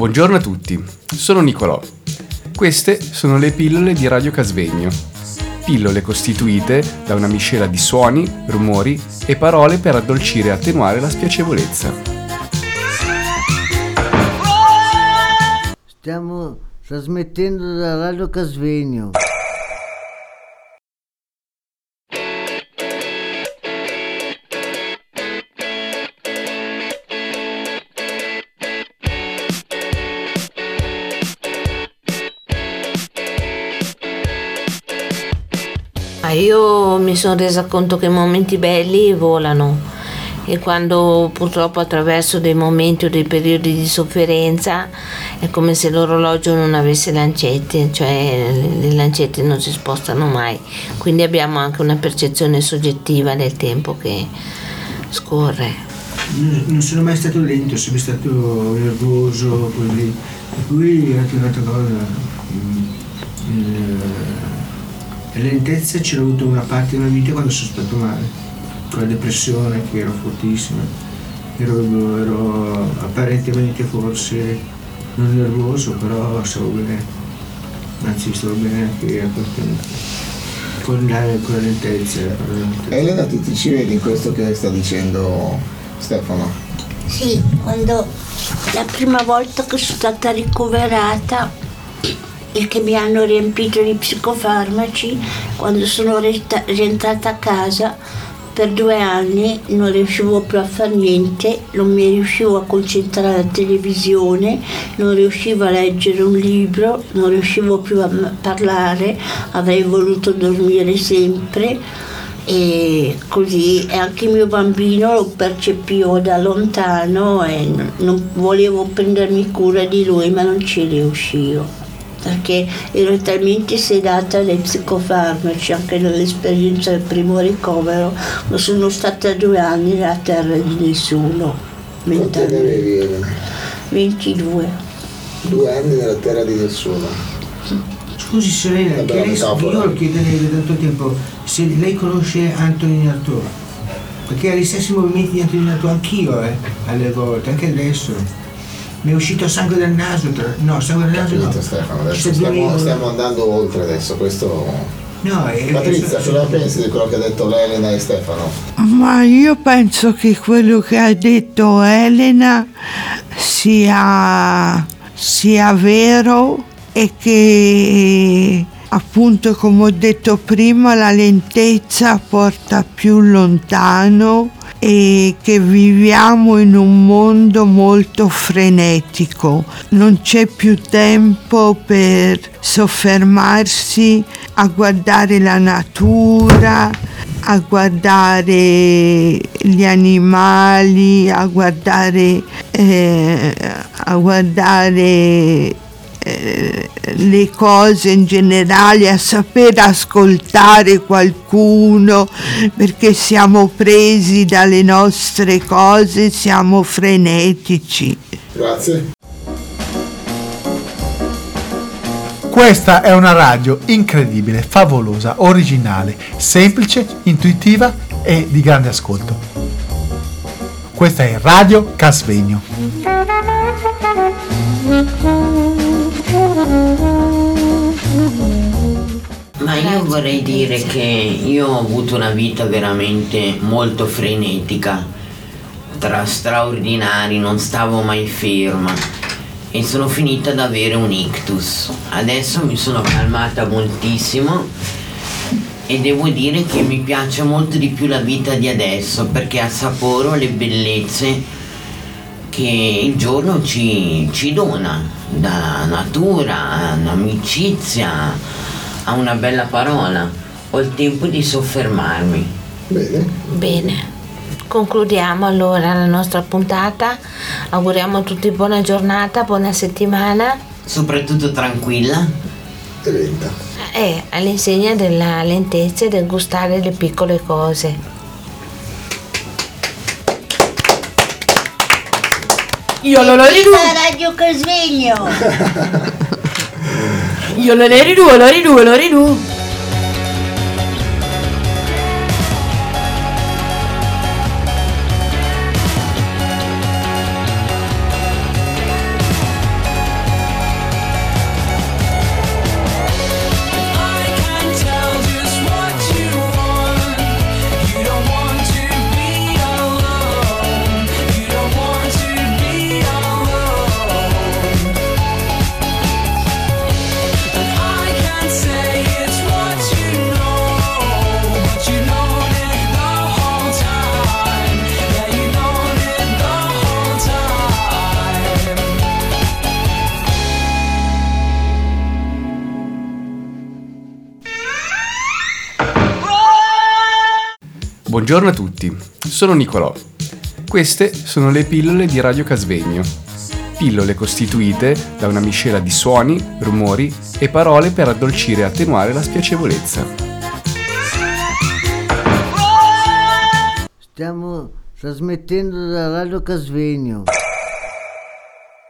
Buongiorno a tutti, sono Nicolò. Queste sono le pillole di Radio Casvegno. Pillole costituite da una miscela di suoni, rumori e parole per addolcire e attenuare la spiacevolezza. Stiamo trasmettendo da Radio Casvegno. Io mi sono resa conto che i momenti belli volano e quando purtroppo attraverso dei momenti o dei periodi di sofferenza è come se l'orologio non avesse lancette, cioè le lancette non si spostano mai, quindi abbiamo anche una percezione soggettiva del tempo che scorre. Non sono mai stato lento, sono stato nervoso così, e poi un'altra cosa, la lentezza ce l'ho avuto una parte della mia vita quando sono stato male, con la depressione che era fortissima, ero apparentemente forse non nervoso, però stavo bene, anzi stavo bene anche con la lentezza. Elena, ti ci vedi in questo che sta dicendo Stefano? Sì, quando la prima volta che sono stata ricoverata e che mi hanno riempito di psicofarmaci, quando sono rientrata a casa per 2 anni non riuscivo più a fare niente, non mi riuscivo a concentrare alla televisione, non riuscivo a leggere un libro, non riuscivo più a parlare, avrei voluto dormire sempre e così, e anche il mio bambino lo percepivo da lontano e non volevo prendermi cura di lui, ma non ci riuscivo perché ero talmente sedata dai psicofarmaci, anche nell'esperienza del primo ricovero, ma sono stata 2 anni nella terra di nessuno. Quanti anni avevi, Elena? 22. 2 anni nella terra di nessuno. Scusi Serena, che lei, io lo chiederei da tanto tempo se lei conosce Anthony Artaud, perché ha gli stessi movimenti di Anthony Artaud anch'io alle volte, anche adesso. Mi è uscito sangue dal naso, sangue dal naso no. Stefano, adesso stiamo andando oltre adesso, questo... No, Patrizia, cosa pensi di quello che ha detto Elena e Stefano? Ma io penso che quello che ha detto Elena sia vero e che appunto, come ho detto prima, la lentezza porta più lontano e che viviamo in un mondo molto frenetico. Non c'è più tempo per soffermarsi a guardare la natura, a guardare gli animali, a guardare le cose in generale, a saper ascoltare qualcuno, perché siamo presi dalle nostre cose, siamo frenetici. Grazie. Questa è una radio incredibile, favolosa, originale, semplice, intuitiva e di grande ascolto. Questa è Radio Casvegno. Ma io vorrei dire che io ho avuto una vita veramente molto frenetica, tra straordinari, non stavo mai ferma e sono finita ad avere un ictus. Adesso mi sono calmata moltissimo e devo dire che mi piace molto di più la vita di adesso, perché assaporo le bellezze che il giorno ci dona, da natura, un'amicizia, a una bella parola. Ho il tempo di soffermarmi. Bene. Concludiamo allora la nostra puntata. Auguriamo a tutti buona giornata, buona settimana. Soprattutto tranquilla. E lenta. All'insegna della lentezza e del gustare le piccole cose. Io lo ridu. Radio Casvegno. Io lo ridu. Buongiorno a tutti, sono Nicolò. Queste sono le pillole di Radio Casvegno. Pillole costituite da una miscela di suoni, rumori e parole per addolcire e attenuare la spiacevolezza. Stiamo trasmettendo da Radio Casvegno.